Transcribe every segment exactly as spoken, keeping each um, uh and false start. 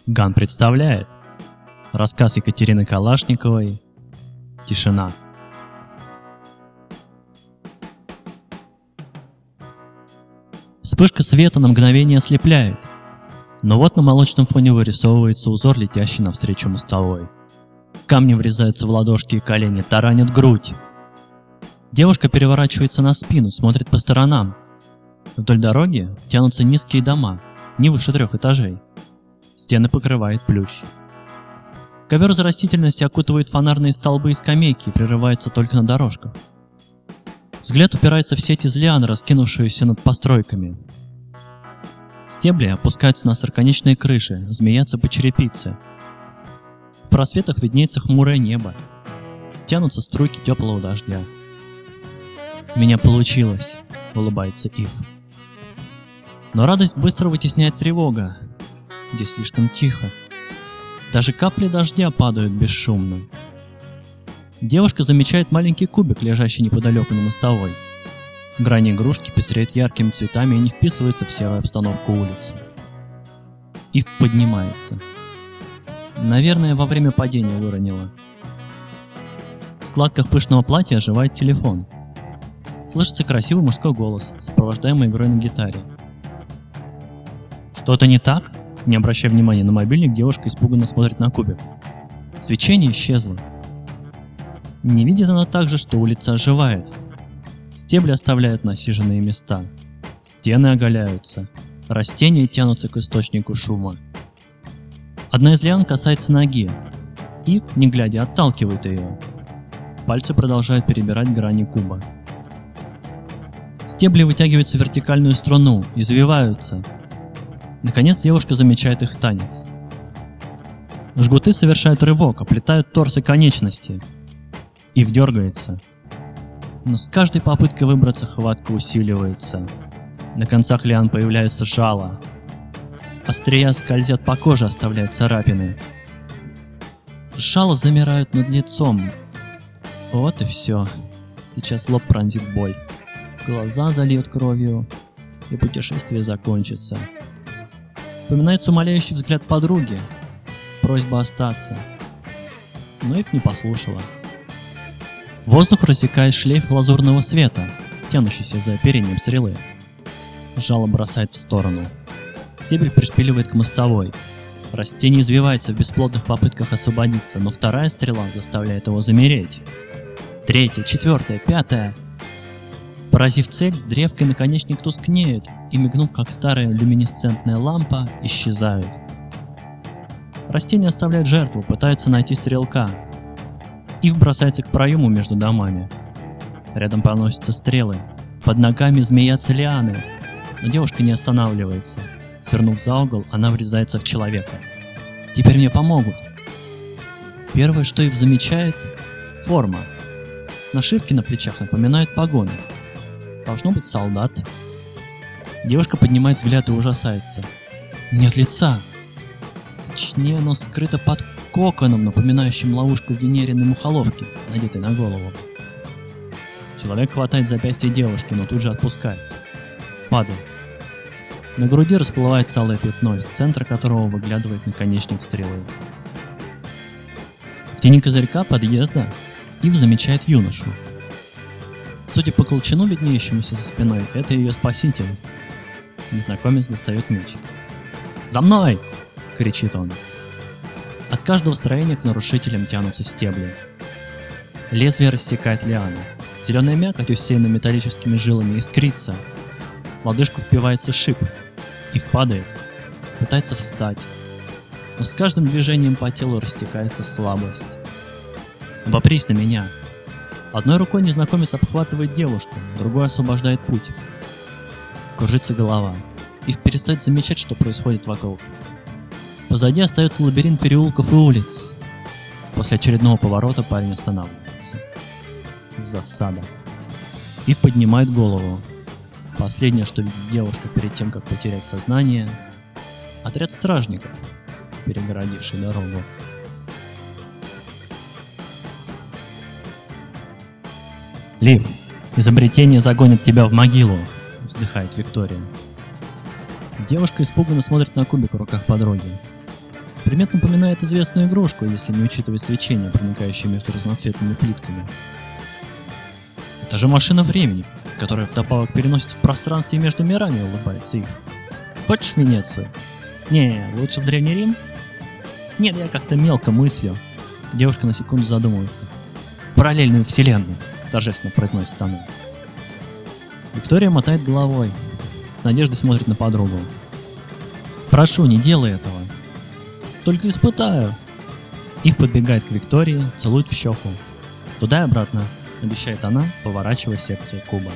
Ган представляет рассказ Екатерины Калашниковой «Тишина». Вспышка света на мгновение ослепляет, но вот на молочном фоне вырисовывается узор, летящий навстречу мостовой. Камни врезаются в ладошки и колени, таранят грудь. Девушка переворачивается на спину, смотрит по сторонам. Вдоль дороги тянутся низкие дома, не выше трех этажей. Стены покрывает плющ. Ковер из растительности окутывает фонарные столбы и скамейки и прерывается только на дорожках. Взгляд упирается в сеть из лиан, раскинувшуюся над постройками. Стебли опускаются на остроконечные крыши, змеятся по черепице. В просветах виднеется хмурое небо. Тянутся струйки теплого дождя. «У меня получилось», — улыбается Ив. Но радость быстро вытесняет тревога. Здесь слишком тихо. Даже капли дождя падают бесшумно. Девушка замечает маленький кубик, лежащий неподалеку на мостовой. Грани игрушки пестреют яркими цветами и не вписываются в серую обстановку улицы. Ив поднимается. Наверное, во время падения выронила. В складках пышного платья оживает телефон. Слышится красивый мужской голос, сопровождаемый игрой на гитаре. «Что-то не так?» Не обращая внимания на мобильник, девушка испуганно смотрит на кубик. Свечение исчезло. Не видит она также, что улица оживает. Стебли оставляют насиженные места. Стены оголяются. Растения тянутся к источнику шума. Одна из лиан касается ноги. Ив, не глядя, отталкивает ее. Пальцы продолжают перебирать грани куба. Стебли вытягиваются в вертикальную струну, извиваются. Наконец девушка замечает их танец. Жгуты совершают рывок, оплетают торс и конечности. Ив дергается. Но с каждой попыткой выбраться хватка усиливается. На концах лиан появляются жало. Острия скользят по коже, оставляя царапины. Жало замирают над лицом. Вот и все. Сейчас лоб пронзит боль. Глаза зальет кровью, и путешествие закончится. Вспоминается умоляющий взгляд подруги. Просьба остаться. Но Ив не послушала. Воздух рассекает шлейф лазурного света, тянущийся за оперением стрелы. Жало бросает в сторону. Стебель пришпиливает к мостовой. Растение извивается в бесплодных попытках освободиться, но вторая стрела заставляет его замереть. Третья, четвертая, пятая. Поразив цель, древко и наконечник тускнеют и, мигнув как старая люминесцентная лампа, исчезают. Растения оставляют жертву, пытаются найти стрелка. Ив бросается к проему между домами. Рядом проносятся стрелы. Под ногами змеятся лианы. Но девушка не останавливается. Свернув за угол, она врезается в человека. «Теперь мне помогут!» Первое, что Ив замечает — форма. Нашивки на плечах напоминают погоны. Должно быть солдат. Девушка поднимает взгляд и ужасается. Нет лица. Точнее, оно скрыто под коконом, напоминающим ловушку венериной мухоловки, надетой на голову. Человек хватает запястье девушки, но тут же отпускает. Падает. На груди расплывается алое пятно, из центра которого выглядывает наконечник стрелы. В тени козырька подъезда Ив замечает юношу. Судя по колчану, виднеющемуся за спиной, это ее спаситель. Незнакомец достает меч. «За мной!» — кричит он. От каждого строения к нарушителям тянутся стебли. Лезвие рассекает лианы. Зеленая мякоть, усеянная металлическими жилами, искрится. В лодыжку впивается шип. Ив падает. Пытается встать. Но с каждым движением по телу растекается слабость. «Обопрись на меня!» Одной рукой незнакомец обхватывает девушку, другой освобождает путь. Кружится голова. Ив перестает замечать, что происходит вокруг. Позади остается лабиринт переулков и улиц. После очередного поворота парень останавливается. Засада. Ив поднимает голову. Последнее, что видит девушка перед тем, как потерять сознание — отряд стражников, перегородивший дорогу. «Лив, изобретение загонит тебя в могилу», — вздыхает Виктория. Девушка испуганно смотрит на кубик в руках подруги. Предмет напоминает известную игрушку, если не учитывать свечение, проникающее между разноцветными плитками. Это же машина времени, которая вдобавок переносит в пространстве между мирами, улыбается Ив. Хочешь в Венецию? Не, лучше в Древний Рим? Нет, я как-то мелко мыслю. Девушка на секунду задумывается. Параллельную вселенную, торжественно произносит она. Виктория мотает головой. С надеждой смотрит на подругу. Прошу, не делай этого. Только испытаю. Ив подбегает к Виктории, целует в щеку. Туда и обратно, обещает она, поворачивая секцию куба.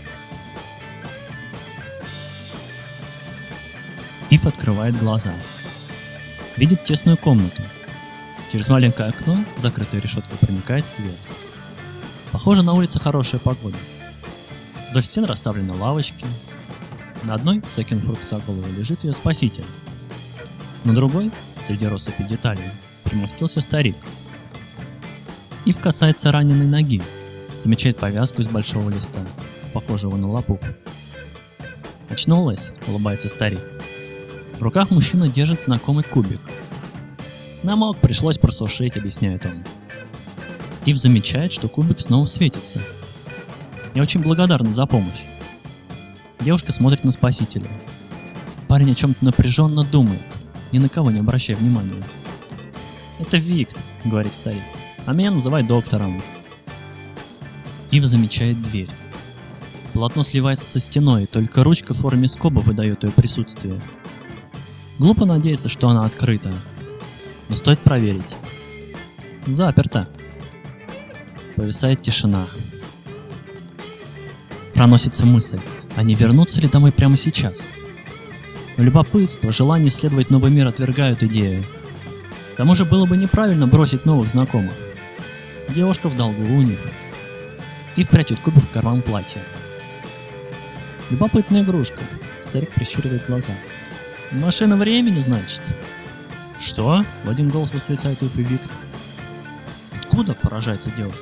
Ив открывает глаза. Видит тесную комнату. Через маленькое окно, закрытое решеткой, проникает свет. Похоже, на улице хорошая погода. Вдоль стен расставлены лавочки. На одной, закинув руку за голову, лежит ее спаситель. На другой, среди россыпи деталей, примостился старик. Ив касается раненой ноги, замечает повязку из большого листа, похожего на лопух. Очнулась, улыбается старик. В руках мужчина держит знакомый кубик. Намок, пришлось просушить, объясняет он. Ив замечает, что кубик снова светится. Я очень благодарна за помощь. Девушка смотрит на спасителя. Парень о чем-то напряженно думает, ни на кого не обращая внимания. «Это Виктор», — говорит старик, — «а меня называют доктором». Ив замечает дверь. Полотно сливается со стеной, и только ручка в форме скоба выдает ее присутствие. Глупо надеяться, что она открыта. Но стоит проверить. Заперто. Повисает тишина. Проносится мысль, а не вернуться ли домой прямо сейчас? Любопытство, желание исследовать новый мир отвергают идею. К тому же было бы неправильно бросить новых знакомых. Девушка в долгу у них. Ив прячет кубик в карман платья. Любопытная игрушка. Старик прищуривает глаза. Машина времени, значит? Что? В один голос восклицает Ив и Виктор. Откуда? Поражается девушка.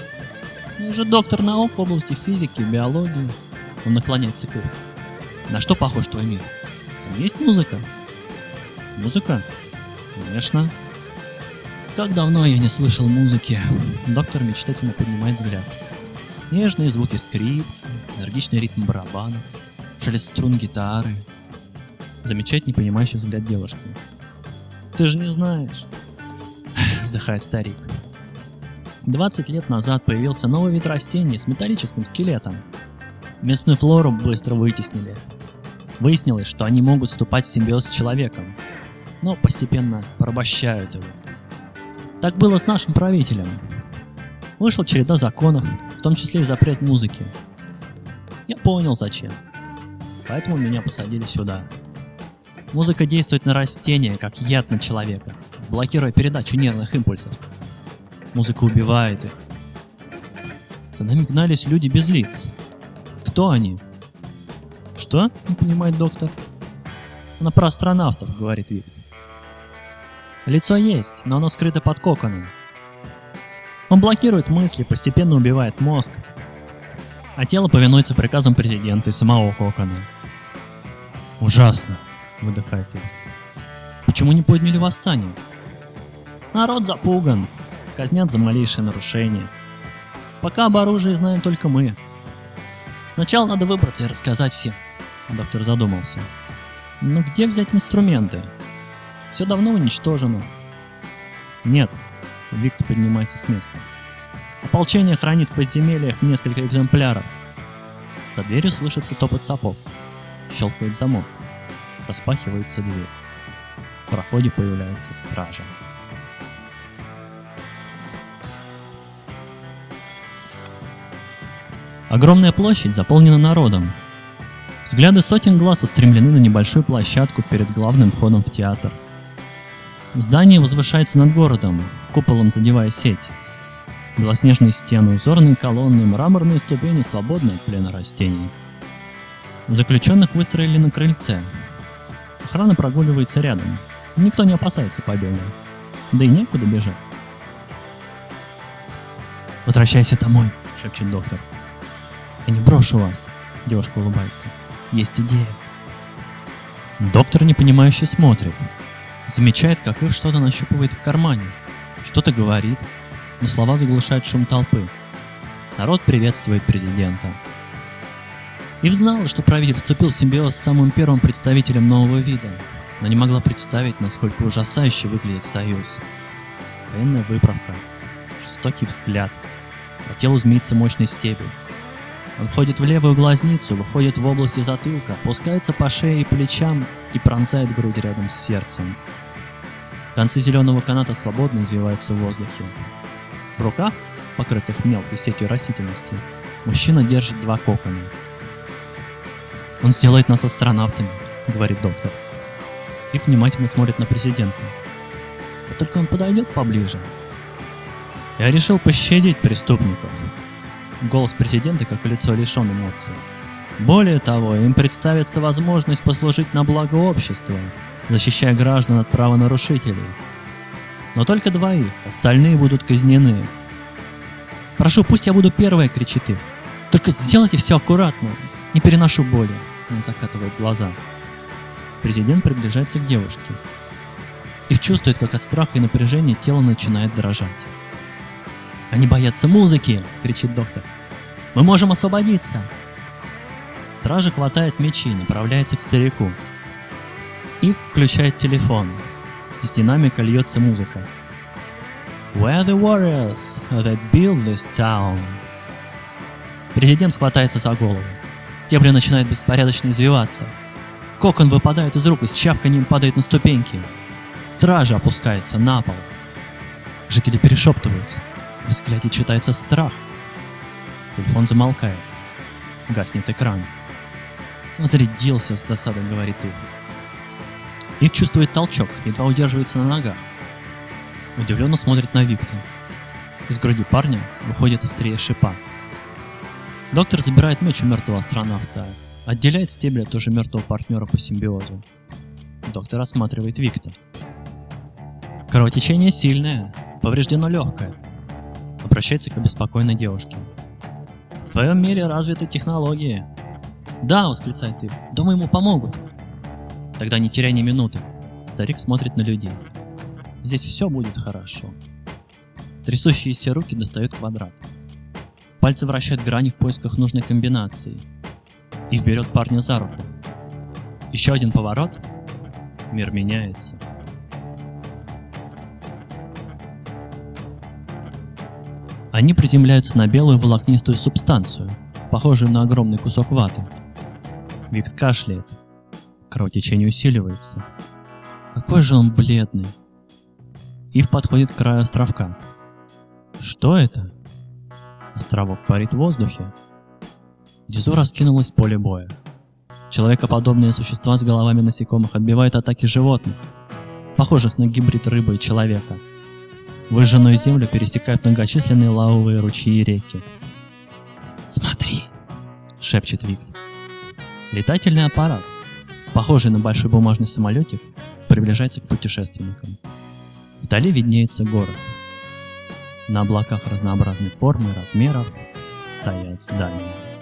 Я же доктор наук в области физики и биологии. Он наклоняется к Ив. На что похож твой мир? Там есть музыка? Музыка? Конечно. Как давно я не слышал музыки. Доктор мечтательно поднимает взгляд. Нежные звуки скрипки, энергичный ритм барабана, шелест струн гитары. Замечает непонимающий взгляд девушки. Ты же не знаешь. Вздыхает старик. двадцать лет назад появился новый вид растений с металлическим скелетом. Местную флору быстро вытеснили. Выяснилось, что они могут вступать в симбиоз с человеком, но постепенно порабощают его. Так было с нашим правителем. Вышла череда законов, в том числе и запрет музыки. Я понял зачем. Поэтому меня посадили сюда. Музыка действует на растения, как яд на человека, блокируя передачу нервных импульсов. Музыка убивает их. За нами гнались люди без лиц. Кто они? Что? Не понимает доктор. Она про астронавтов, говорит Вик. Лицо есть, но оно скрыто под коконом. Он блокирует мысли, постепенно убивает мозг, а тело повинуется приказам президента и самого кокона. Ужасно, выдыхает Ив. Почему не подняли восстание? Народ запуган, казнят за малейшее нарушение. Пока об оружии знаем только мы. Сначала надо выбраться и рассказать всем. Доктор задумался. Но где взять инструменты? Все давно уничтожено. Нет. Виктор поднимается с места. Ополчение хранит в подземельях несколько экземпляров. За дверью слышится топот сапог. Щелкает замок. Распахивается дверь. В проходе появляется стража. Огромная площадь заполнена народом. Взгляды сотен глаз устремлены на небольшую площадку перед главным входом в театр. Здание возвышается над городом, куполом задевая сеть. Белоснежные стены, узорные колонны, мраморные ступени свободны от плена растений. Заключенных выстроили на крыльце. Охрана прогуливается рядом. Никто не опасается побега. Да и некуда бежать. «Возвращайся домой», — шепчет доктор. «Я не брошу вас», — девушка улыбается. «Есть идея». Доктор непонимающе смотрит. Замечает, как Ив что-то нащупывает в кармане. Что-то говорит, но слова заглушают шум толпы. Народ приветствует президента. Ив знала, что правитель вступил в симбиоз с самым первым представителем нового вида, но не могла представить, насколько ужасающе выглядит союз. Военная выправка, жестокий взгляд, по телу змеится мощный стебель. Он входит в левую глазницу, выходит в области затылка, опускается по шее и плечам и пронзает грудь рядом с сердцем. Концы зеленого каната свободно извиваются в воздухе. В руках, покрытых мелкой сетью растительности, мужчина держит два кокона. «Он сделает нас астронавтами», — говорит доктор. И внимательно смотрит на президента. «Вот только он подойдет поближе». «Я решил пощадить преступников». Голос президента, как и лицо, лишен эмоций. «Более того, им представится возможность послужить на благо общества, защищая граждан от правонарушителей. Но только двоих, остальные будут казнены». «Прошу, пусть я буду первая», — кричит Ив. «Только сделайте все аккуратно. Не переношу боли». Он закатывает глаза. Президент приближается к девушке. Ив чувствует, как от страха и напряжения тело начинает дрожать. «Они боятся музыки!» — кричит доктор. «Мы можем освободиться!» Стража хватает мечи и направляется к старику. Ив включает телефон. Из динамика льется музыка. «We're the warriors that build this town!» Президент хватается за голову. Стебли начинают беспорядочно извиваться. Кокон выпадает из рук и с чавканьем падает на ступеньки. Стража опускается на пол. Жители перешептываются. В взгляде читается страх. Телефон замолкает. Гаснет экран. Он зарядился, с досадой говорит Ив. Ив чувствует толчок, едва удерживается на ногах. Удивленно смотрит на Виктора. Из груди парня выходит острие шипа. Доктор забирает меч у мертвого астронавта, отделяет стебель от уже мертвого партнера по симбиозу. Доктор осматривает Виктора. Кровотечение сильное, повреждено легкое. Обращается к обеспокоенной девушке. В твоем мире развиты технологии. Да, восклицает Ив, думаю, ему помогут. Тогда не теряй ни минуты. Старик смотрит на людей. Здесь все будет хорошо. Трясущиеся руки достают квадрат. Пальцы вращают грани в поисках нужной комбинации. Ив берет парня за руку. Еще один поворот. Мир меняется. Они приземляются на белую волокнистую субстанцию, похожую на огромный кусок ваты. Викт кашляет. Кровотечение усиливается. Какой же он бледный. Ив подходит к краю островка. Что это? Островок парит в воздухе. Внизу раскинулось поле боя. Человекоподобные существа с головами насекомых отбивают атаки животных, похожих на гибрид рыбы и человека. Выжженную землю пересекают многочисленные лавовые ручьи и реки. «Смотри!» — шепчет Виктор. Летательный аппарат, похожий на большой бумажный самолетик, приближается к путешественникам. Вдали виднеется город. На облаках разнообразной формы и размеров стоят здания.